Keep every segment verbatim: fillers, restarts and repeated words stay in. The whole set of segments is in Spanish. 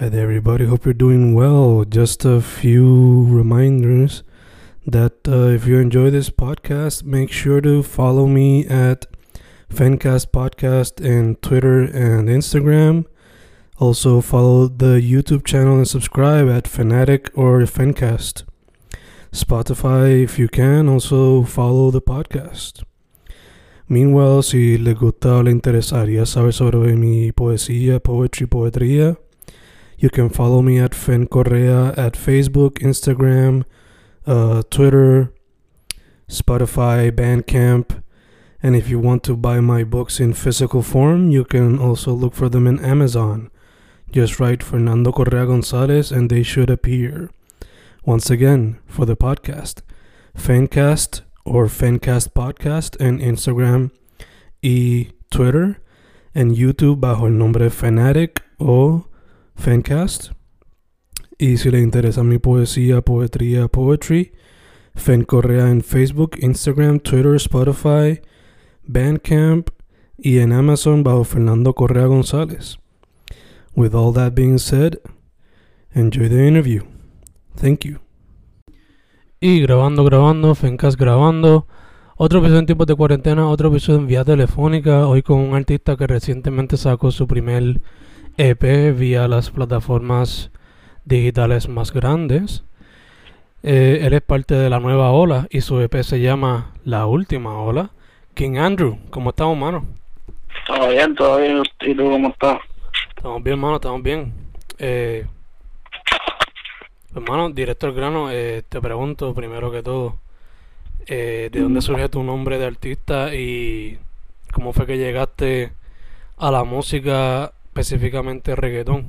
Hi there, everybody. Hope you're doing well. Just a few reminders that uh, if you enjoy this podcast, make sure to follow me at Fencast Podcast in Twitter and Instagram. Also, follow the YouTube channel and subscribe at Fanatic or Fencast. Spotify, if you can, also follow the podcast. Meanwhile, si les gusta o le interesaría saber sobre mi poesía, poetry, poetría, you can follow me at Fen Correa at Facebook, Instagram, uh, Twitter, Spotify, Bandcamp. And if you want to buy my books in physical form, you can also look for them in Amazon. Just write Fernando Correa Gonzalez and they should appear. Once again, for the podcast, Fencast or Fencast Podcast en Instagram y Twitter, en YouTube bajo el nombre Fanatic o Fencast. Y si le interesa mi poesía, poetría, poetry, Fen Correa en Facebook, Instagram, Twitter, Spotify, Bandcamp y en Amazon bajo Fernando Correa González. With all that being said, enjoy the interview. Thank you. Y grabando, grabando, Fencast grabando. Otro episodio en tiempos de cuarentena, otro episodio en vía telefónica. Hoy con un artista que recientemente sacó su primer E P vía las plataformas digitales más grandes. Eh, él es parte de la nueva ola y su E P se llama La Última Ola. King Andrew, ¿cómo estamos, mano? Todo bien, todo bien. ¿Y tú cómo estás? Estamos bien, mano, estamos bien. Eh, hermano, directo al grano, eh, te pregunto primero que todo, eh, ¿de dónde surge tu nombre de artista y cómo fue que llegaste a la música, específicamente reggaetón?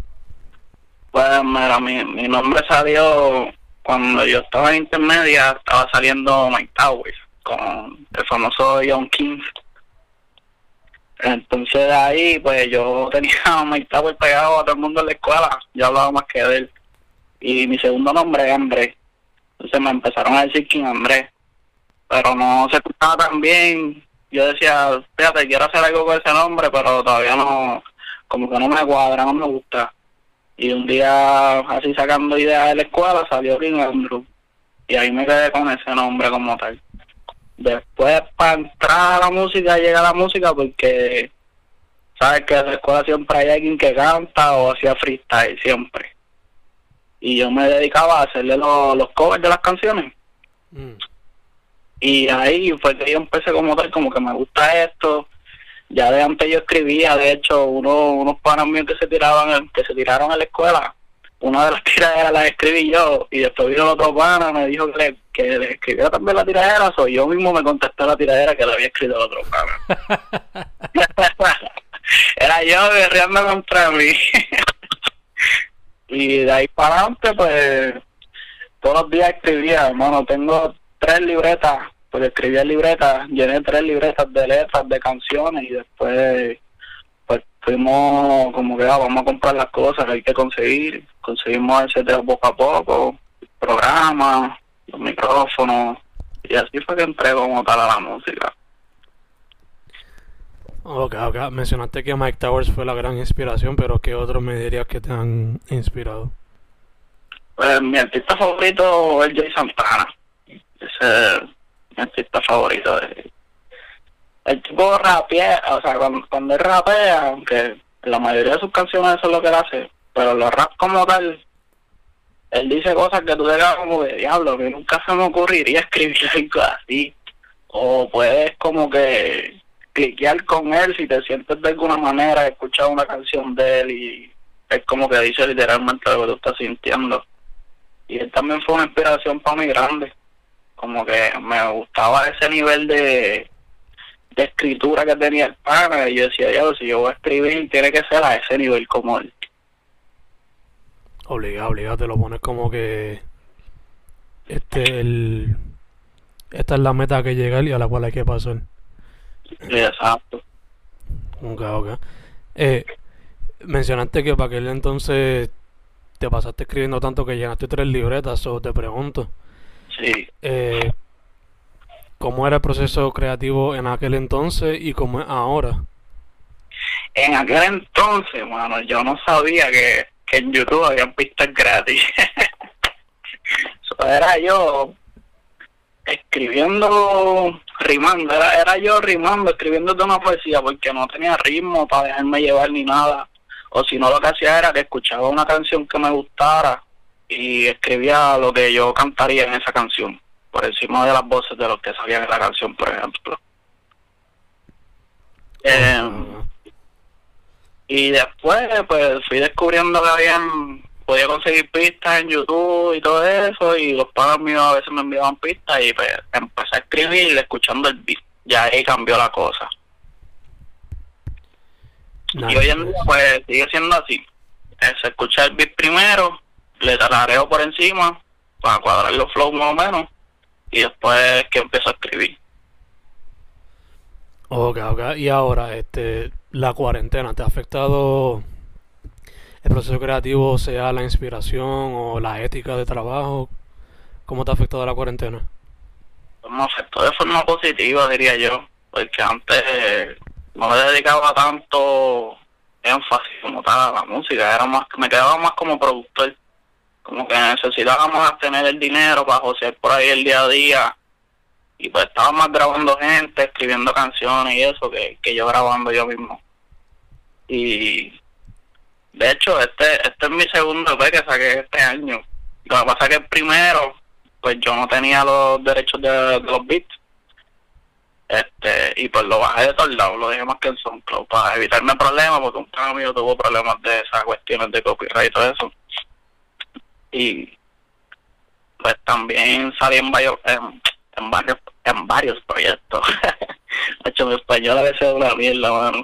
Pues mira, mi, mi nombre salió cuando yo estaba en intermedia, estaba saliendo Mike Towers con el famoso Young King. Entonces de ahí, pues yo tenía a Mike Towers pegado a todo el mundo en la escuela, yo hablaba más que de él. Y mi segundo nombre es Andrés. Entonces me empezaron a decir King Andrés, pero no se escuchaba tan bien. Yo decía, fíjate, quiero hacer algo con ese nombre, pero todavía no, como que no me cuadra, no me gusta. Y un día, así sacando ideas de la escuela, salió King Andrew. Y ahí me quedé con ese nombre como tal. Después, para entrar a la música, llega a la música porque, sabes que en la escuela siempre hay alguien que canta o hacía freestyle, siempre. Y yo me dedicaba a hacerle los, los covers de las canciones. Mm. Y ahí fue que yo empecé como tal, como que me gusta esto. Ya de antes yo escribía, de hecho, uno, unos panas míos que se tiraban, que se tiraron a la escuela, una de las tiraderas las escribí yo, y después vino el otro pana, me dijo que le, que le escribiera también la tiradera, o yo mismo me contesté la tiradera que le había escrito el otro pana. Era yo guerreando contra mí. Y de ahí para adelante, pues, todos los días escribía, hermano. Tengo tres libretas, pues escribía libretas, llené tres libretas de letras, de canciones, y después, pues, fuimos como que, ah, vamos a comprar las cosas que hay que conseguir. Conseguimos ese tres poco a poco, programas, los micrófonos, y así fue que entré como tal a la música. Ok, ok. Mencionaste que Mike Towers fue la gran inspiración, pero ¿qué otros me dirías que te han inspirado? Pues mi artista favorito es Jay Santana. Ese es mi artista favorito. El tipo rapea, o sea, cuando, cuando él rapea, aunque la mayoría de sus canciones eso es lo que él hace, pero los rap como tal, él dice cosas que tú te quedas como de diablo, que nunca se me ocurriría escribir algo así. O puedes como que cliquear con él si te sientes de alguna manera, escuchar una canción de él y es como que dice literalmente lo que tú estás sintiendo. Y él también fue una inspiración para mí grande, como que me gustaba ese nivel de, de escritura que tenía el pana, y yo decía, yo, si yo voy a escribir, tiene que ser a ese nivel como él. Obligado, obligado, te lo pones como que este el esta es la meta que llegar y a la cual hay que pasar. Exacto. Ok, ok. Eh, mencionaste que para aquel entonces te pasaste escribiendo tanto que llenaste tres libretas, o te pregunto. Sí. Eh, ¿Cómo era el proceso creativo en aquel entonces y cómo es ahora? En aquel entonces, bueno, yo no sabía que, que en YouTube habían pistas gratis. So, era yo escribiendo, rimando, era, era yo rimando, escribiendo de una poesía, porque no tenía ritmo para dejarme llevar ni nada. O si no, lo que hacía era que escuchaba una canción que me gustara y escribía lo que yo cantaría en esa canción, por encima de las voces de los que salían en la canción, por ejemplo. Eh, y después, pues, fui descubriendo que habían, podía conseguir pistas en YouTube y todo eso, y los padres míos a veces me enviaban pistas, y pues empecé a escribir escuchando el beat. Ya ahí cambió la cosa. Nice. Y hoy en día, pues, sigue siendo así. Es escuchar el beat primero, le tarareo por encima, para cuadrar los flows más o menos, y después que empiezo a escribir. Ok, ok. Y ahora, este, la cuarentena, ¿te ha afectado el proceso creativo, sea la inspiración o la ética de trabajo? ¿Cómo te ha afectado la cuarentena? Pues me afectó de forma positiva, diría yo, porque antes no le dedicaba tanto énfasis como tal a la música, era más, me quedaba más como productor, como que necesitaba más tener el dinero para josear por ahí el día a día, y pues estaba más grabando gente, escribiendo canciones y eso, que, que yo grabando yo mismo. Y de hecho, este este es mi segundo E P que saqué este año. Lo que pasa es que el primero, pues yo no tenía los derechos de, de los beats, este y pues lo bajé de todos lados, lo dejé más que en SoundCloud para evitarme problemas, porque un pana mío tuvo problemas de esas cuestiones de copyright y todo eso. Y pues también salí en varios en, en varios en varios proyectos. Hecho, mi español a veces es una mierda, mano.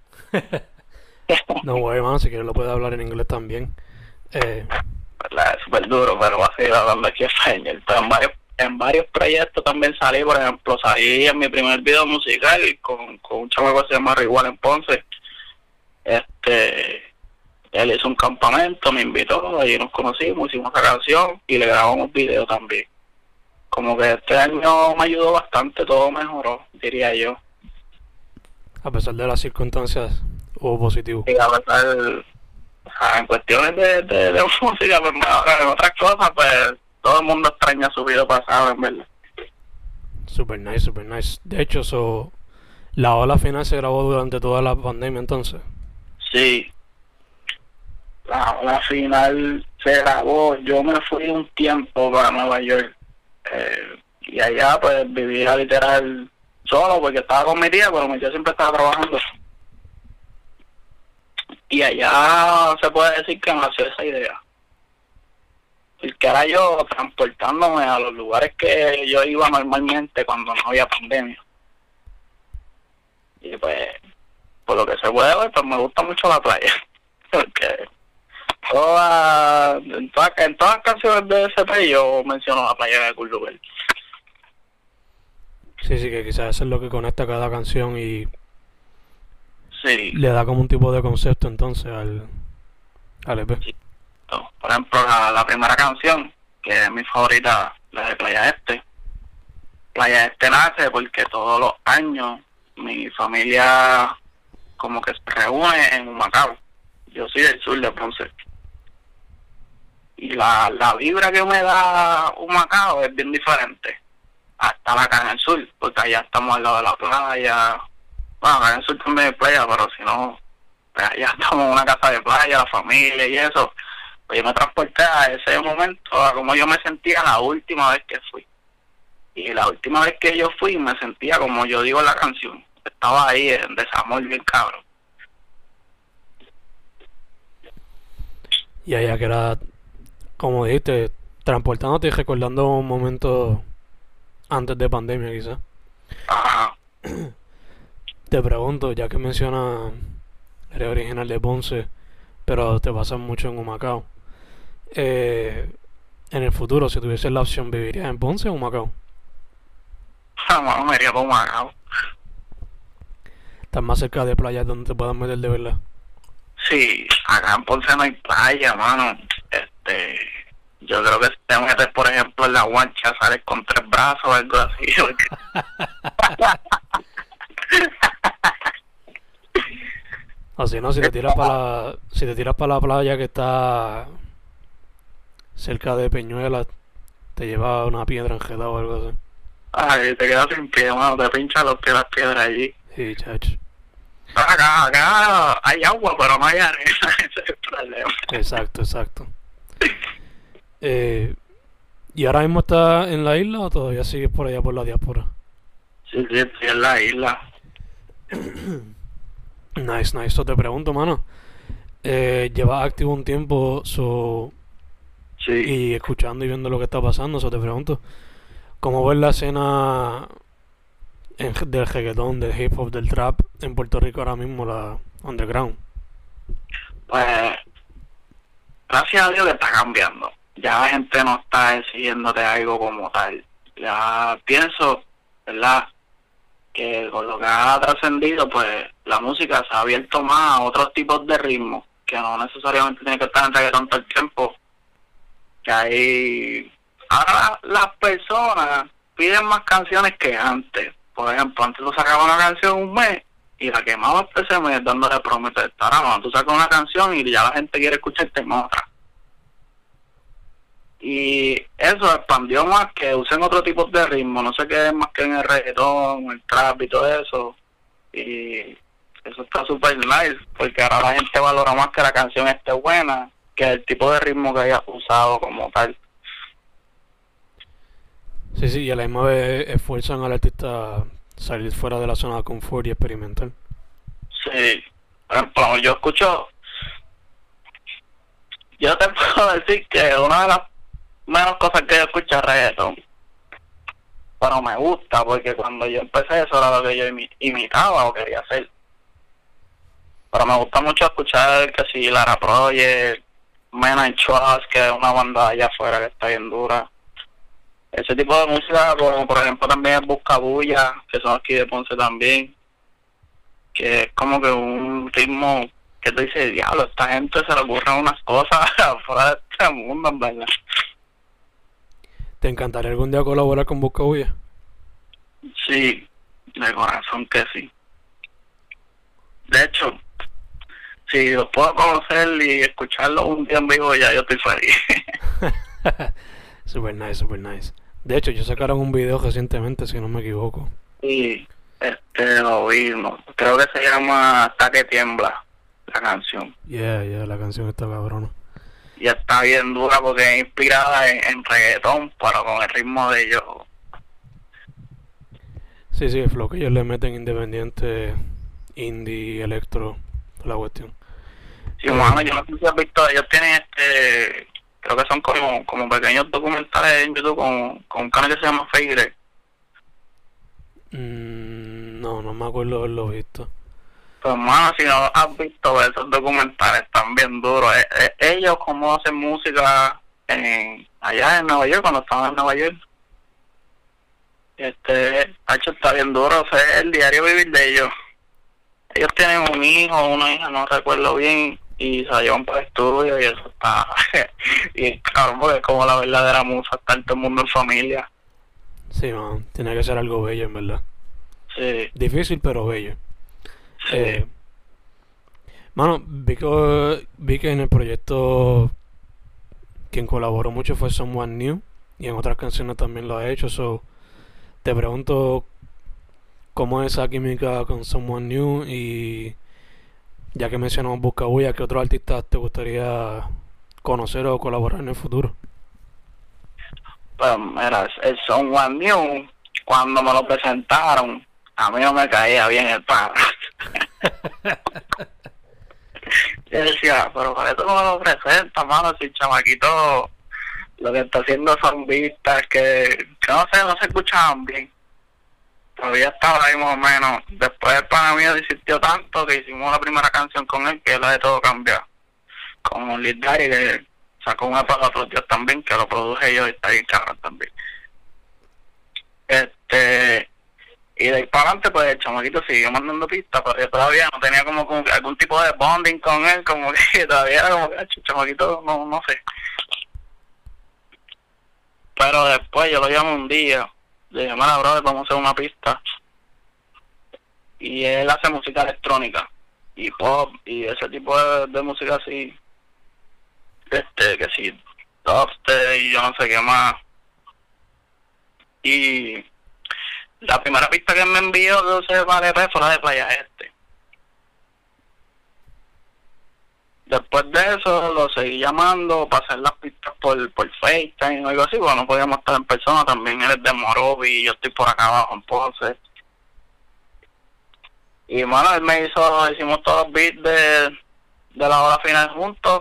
No, güey, mano, si quieres lo puedes hablar en inglés también. Eh... ¿Verdad? Es súper duro, pero voy a seguir hablando aquí español. Pero en varios, en varios proyectos también salí, por ejemplo, salí en mi primer video musical con, con un chamaco que se llama Rigual en Ponce. Este, él hizo un campamento, me invitó, allí nos conocimos, hicimos esa canción y le grabamos video también. Como que este año me ayudó bastante, todo mejoró, diría yo. A pesar de las circunstancias, hubo positivo. Sí, a pesar, o sea, en cuestiones de, de, de música, pues ahora en otras cosas, pues todo el mundo extraña su vida pasado, en verdad. Super nice, super nice. De hecho, so, la ola final se grabó durante toda la pandemia, entonces. Sí. La ola final se grabó, yo me fui un tiempo para Nueva York. Eh, y allá pues vivía literal solo porque estaba con mi tía, pero mi tía siempre estaba trabajando. Y allá se puede decir que nació esa idea. Porque era yo transportándome a los lugares que yo iba normalmente cuando no había pandemia. Y pues, por lo que se puede ver, pues me gusta mucho la playa. Porque toda, en, todas, en todas las canciones de ese P yo menciono la playa de Curluber. Sí, sí, que quizás eso es lo que conecta cada canción y sí. Le da como un tipo de concepto entonces al, al E P. Sí. Por ejemplo, la, la primera canción, que es mi favorita, la de Playa Este. Playa Este nace porque todos los años mi familia como que se reúne en Humacao. Yo soy del sur de Ponce. Y la, la vibra que me da Humacao es bien diferente hasta acá en el sur, porque allá estamos al lado de la playa. Bueno, acá en el sur también hay playa, pero si no, pues allá estamos en una casa de playa, la familia y eso. Pues yo me transporté a ese momento, a como yo me sentía la última vez que fui. Y la última vez que yo fui me sentía como yo digo en la canción. Estaba ahí en desamor bien cabrón. Y allá que era, como dijiste, transportándote y recordando un momento antes de pandemia quizás. Ajá. Te pregunto, ya que mencionas, eres original de Ponce, pero te pasas mucho en Humacao. Eh, en el futuro, si tuvieses la opción, ¿vivirías en Ponce o Humacao? Bueno, me iría por Humacao. ¿Estás más cerca de playas donde te puedas meter de verdad? Sí, acá en Ponce no hay playa, mano. Este, yo creo que si te metes, por ejemplo, en la guancha, sales con tres brazos o algo así. Así no, si te tiras para la, si te tiras para la playa que está cerca de Peñuelas, te lleva una piedra enredada o algo así. Ay, te quedas sin pie, mano, te pinchan los pies las piedras allí. Sí, chacho. Acá, acá hay agua, pero no hay arena, ese es el problema. Exacto, exacto. Eh, ¿Y ahora mismo estás en la isla o todavía sigues por allá por la diáspora? Sí, sí, estoy en la isla. Nice, nice. So, te pregunto, mano. Eh, llevas activo un tiempo so, Sí. y escuchando y viendo lo que está pasando. So, te pregunto, ¿cómo ves la escena en- del reggaetón, del hip hop, del trap en Puerto Rico ahora mismo, la underground? Pues, gracias a Dios que está cambiando. Ya la gente no está exigiéndote algo como tal. Ya pienso, ¿verdad?, que con lo que ha trascendido, pues la música se ha abierto más a otros tipos de ritmos, que no necesariamente tiene que estar en reggaetón todo el tiempo. Que hay... Ahora las personas piden más canciones que antes. Por ejemplo, antes tú sacabas una canción un mes y la quemabas ese mes dándole prometer. Ahora no, tú sacas una canción y ya la gente quiere escucharte en otra. Y eso expandió más que usen otro tipo de ritmo, no se queden más que en el reggaetón, el trap y todo eso. Y eso está súper nice, porque ahora la gente valora más que la canción esté buena que el tipo de ritmo que hayas usado como tal. Sí, sí, y a la misma vez esfuerzan al artista a salir fuera de la zona de confort y experimentar. Sí, por ejemplo, yo escucho, yo te puedo decir que una de las menos cosas que yo escucho es reggaetón, pero me gusta porque cuando yo empecé eso era lo que yo imi- imitaba o quería hacer. Pero me gusta mucho escuchar que si Lara Project, Men and Trust, que es una banda allá afuera que está bien dura. Ese tipo de música, como por ejemplo también es Buscabulla, que son aquí de Ponce también, que es como que un ritmo que tú dices, diablo, esta gente se le ocurren unas cosas fuera de este mundo, en verdad. ¿Te encantaría algún día colaborar con Buscabulla? Sí, de corazón que sí. De hecho, si los puedo conocer y escucharlo un día en vivo, ya yo estoy feliz. Super nice, super nice. De hecho, ellos sacaron un video recientemente, si no me equivoco. Y este lo vimos. Creo que se llama Hasta que tiembla la canción. Yeah, yeah, la canción está cabrona. Y está bien dura porque es inspirada en, en reggaetón, pero con el ritmo de ellos. Sí, sí, el flow que ellos le meten independiente, indie, electro, la cuestión. Sí, mano, yo no sé si has visto, ellos tienen este, creo que son como, como pequeños documentales en YouTube con, con un canal que se llama Feire. Mm, no, no me acuerdo haberlo visto. Pues, mano, si no has visto esos documentales, están bien duros. Eh, eh, ellos, cómo hacen música en, allá en Nueva York, cuando estaban en Nueva York. Este, hecho está bien duro, o sea, es el diario vivir de ellos. Ellos tienen un hijo o una hija, no recuerdo bien, y se la llevan para el estudio y eso está... y claro, porque es como la verdadera musa, está todo el mundo en familia. Sí, man, tiene que ser algo bello, en verdad. Sí, Difícil, pero bello. sí. Eh, mano, vi que, vi que en el proyecto quien colaboró mucho fue Someone New y en otras canciones también lo ha hecho. So, te pregunto cómo es esa química con Someone New y ya que mencionamos Buscabulla, ¿qué otros artistas te gustaría conocer o colaborar en el futuro? Pues mira, el Someone New, cuando me lo presentaron, a mí no me caía bien el pana. Yo decía, pero para eso no me lo presenta, mano, si el chamaquito lo que está haciendo son vistas que, que no sé, no se escuchaban bien. Todavía estaba ahí más o menos. Después el pana mío insistió tanto que hicimos la primera canción con él, que es la de Todo Cambia, con Lil Daddy, que sacó una para otros días también, que lo produje yo y está bien cabrón también. Este, y de ahí para adelante, pues el chamaquito siguió mandando pistas, pero yo todavía no tenía como, como que algún tipo de bonding con él, como que todavía era como que el chamaquito, no, no sé. Pero después yo lo llamo un día, le dije, mira, brother, vamos a hacer una pista. Y él hace música electrónica. y pop y ese tipo de, de música así, este, que sí, dubstep y yo no sé qué más. Y la primera pista que me envió de ese vale fue la de Playa Este. Después de eso lo seguí llamando para hacer las pistas por, por FaceTime o algo así, porque no podíamos estar en persona. También él es de Morovi y yo estoy por acá abajo en Ponce. Y bueno, él me hizo, hicimos todos los beats de, de la hora final juntos.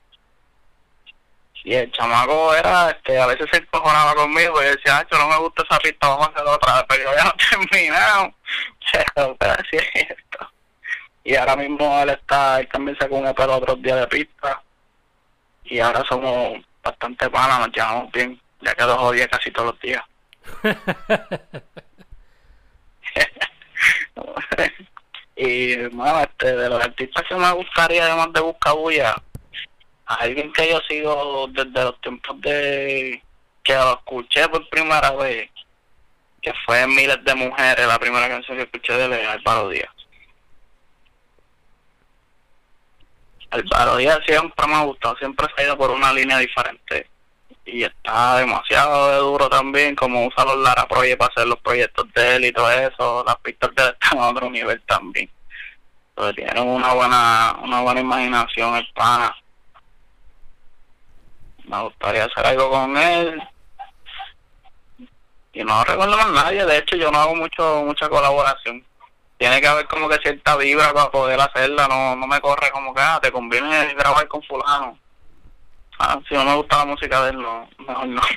Y el chamaco era, este, a veces se encojonaba conmigo y decía, yo no me gusta esa pista, vamos a hacerlo otra vez, pero yo ya no he terminado. Pero, pero así es esto. Y ahora mismo él está, él también sacó un E P los otros días de pista. Y ahora somos bastante panas, nos llevamos bien, ya que los odia casi todos los días. Y bueno, este, de los artistas que me gustaría, además de Buscabulla, a alguien que yo sigo desde los tiempos de que lo escuché por primera vez, que fue Miles de Mujeres, la primera canción que escuché de él, es Álvaro Díaz. Álvaro Díaz siempre me ha gustado, siempre se ha ido por una línea diferente. Y está demasiado de duro también, como usa los Lara Project para hacer los proyectos de él y todo eso. Las pistas de él están a otro nivel también. Entonces tiene una buena, una buena imaginación el pana. Me gustaría hacer algo con él. Y no recuerdo más nadie, de hecho yo no hago mucho mucha colaboración. Tiene que haber como que cierta vibra para poder hacerla, no no me corre como que, ah, te conviene grabar con fulano. Ah, si no me gusta la música de él, no, mejor no.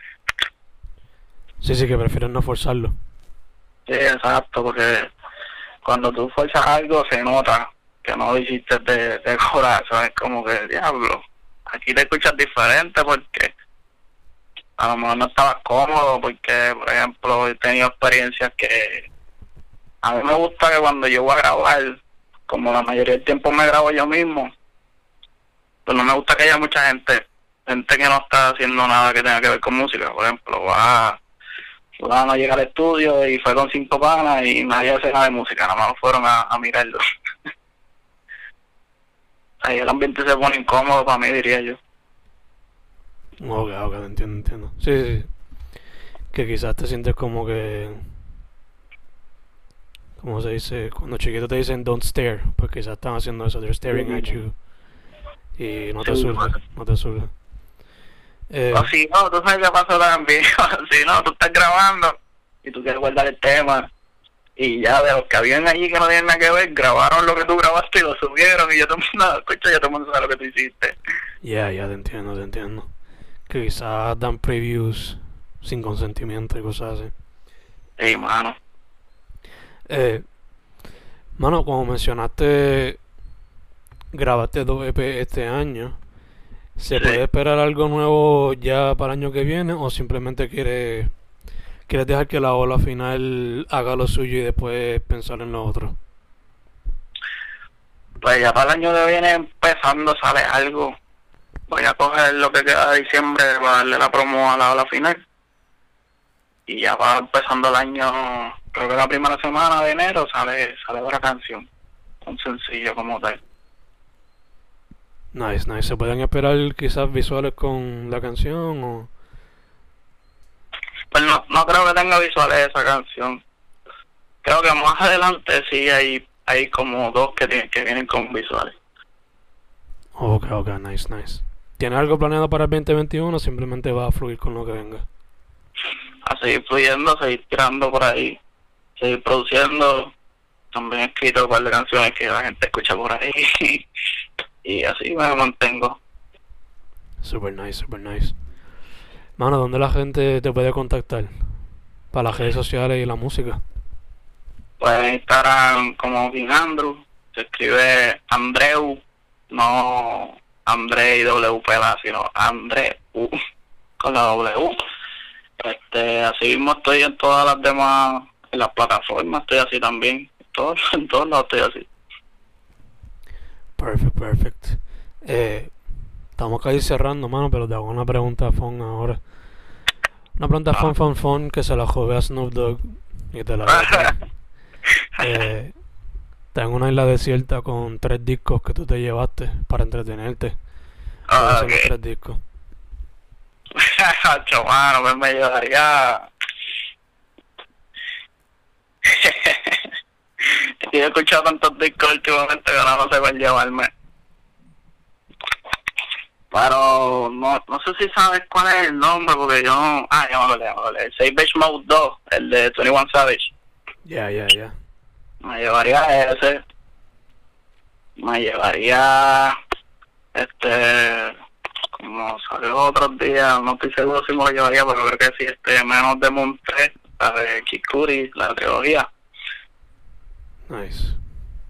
Sí, sí, que prefieren no forzarlo. Sí, exacto, porque cuando tú fuerzas algo se nota que no lo hiciste de, de corazón, es como que, diablo, aquí te escuchas diferente porque a lo mejor no estabas cómodo, porque, por ejemplo, he tenido experiencias que a mí me gusta que cuando yo voy a grabar, como la mayoría del tiempo me grabo yo mismo, pues no me gusta que haya mucha gente, gente que no está haciendo nada que tenga que ver con música. Por ejemplo, va, van a llegar al estudio y fue con cinco panas y nadie hace nada de música, nada más fueron a, a mirarlo. Ahí el ambiente se pone incómodo para mí, diría yo. Ok, ok, entiendo, entiendo. Sí, sí, sí. Que quizás te sientes como que... ¿Cómo se dice? Cuando chiquito te dicen don't stare, pues quizás están haciendo eso, they're staring at you. Y no te Sí, surge, bueno. no te surge. Eh, O si no, tú sabes qué pasó también. Si no, tú estás grabando y tú quieres guardar el tema y ya de los que habían allí que no tienen nada que ver, grabaron lo que tú grabaste y lo subieron y yo todo el mundo, escucha, ya todo el mundo sabe lo que tú hiciste. ya, ya te entiendo, te entiendo. Que quizás dan previews sin consentimiento y cosas así. Sí, mano. Eh, mano, como mencionaste, grabaste dos E P este año. ¿Se Sí. puede esperar algo nuevo ya para el año que viene o simplemente quieres, quieres dejar que la ola final haga lo suyo y después pensar en lo otro? Pues ya para el año que viene empezando sale algo. Voy a coger lo que queda de diciembre para darle la promo a la ola final. Y ya va empezando el año, creo que la primera semana de enero sale sale otra canción. Un sencillo como tal. Nice, nice. ¿Se pueden esperar quizás visuales con la canción o...? Pues no, no creo que tenga visuales de esa canción. Creo que más adelante sí hay, hay como dos que, tienen, que vienen con visuales. Ok, ok, nice, nice. ¿Tienes algo planeado para el veinte veintiuno o simplemente va a fluir con lo que venga? A seguir fluyendo, seguir tirando por ahí, seguir produciendo. También he escrito un par de canciones que la gente escucha por ahí. Y así me mantengo. Super nice, super nice. Mano, ¿dónde la gente te puede contactar? Para las redes sociales y la música. Pues en Instagram como King Andrew, se escribe Andreu, no André y W P L A, sino Andreu con la W. Este, así mismo estoy en todas las demás, en las plataformas estoy así también, en todos, en todos lados estoy así. Perfect, perfect. Eh, estamos casi cerrando, mano, pero te hago una pregunta fun ahora. Una pregunta fun, fun, fun que se la jode a Snoop Dogg y te la voy a hacer. eh, Está en una isla desierta con tres discos que tú te llevaste para entretenerte. ¿Cuáles Ah, son los ok. tres discos? Hacho, mano, pues me llevaría. Yo he escuchado tantos discos últimamente que no sé cuál llevarme. Pero no, no sé si sabes cuál es el nombre, porque yo no. Ah, ya me acordé, ya me acordé. El Savage Mode dos, el de veintiuno Savage. Ya, ya, ya. Me llevaría ese. Me llevaría. Este. Como salió otros días, no estoy seguro si me lo llevaría, pero creo que sí, este. Menos de Monte, la de Kid Cudi, la trilogía. Nice.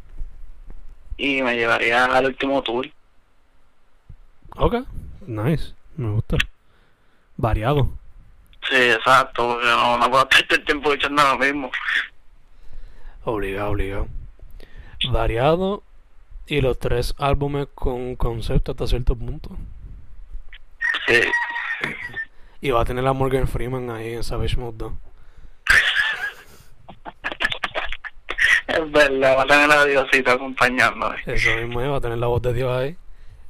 Y me llevaría al último tour. Ok, nice. Me gusta. Variado. Sí, exacto, porque no, no puedo estar todo el tiempo echando lo mismo. Obligado, obligado. Variado y los tres álbumes con concepto hasta cierto punto. Sí, Y va a tener a Morgan Freeman ahí en Savage Mode dos. es verdad, va a tener a Diosito acompañándome. Eso mismo es, va a tener la voz de Dios ahí.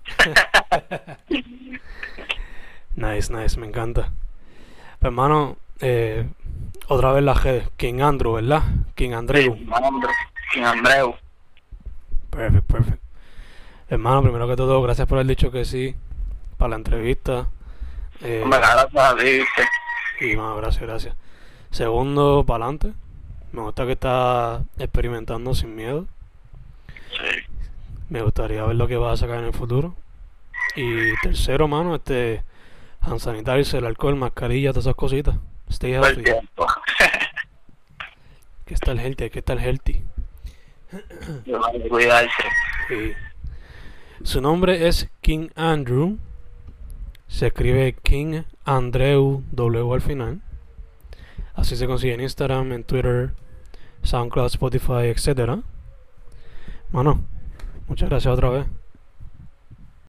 Nice, nice, me encanta. Pues hermano, eh, otra vez la G, King Andrew, ¿verdad? King Andreu. Sí, Andrew, King Andreu. Perfect, perfect. Hermano, primero que todo, gracias por haber dicho que sí para la entrevista. Eh, Me gracias a ti, viste. y más, gracias, gracias. Segundo, para adelante. Me gusta que estás experimentando sin miedo. Sí. Me gustaría ver lo que vas a sacar en el futuro. Y tercero, mano, este hand sanitizer, el alcohol, mascarilla, todas esas cositas. Stay Todo el healthy. tiempo. Que está el healthy, hay que estar healthy. Yo hay que cuidarse. Sí. Su nombre es King Andrew. Se escribe King Andreu W al final. Así se consigue en Instagram, en Twitter, SoundCloud, Spotify, etcétera. Mano, muchas gracias otra vez.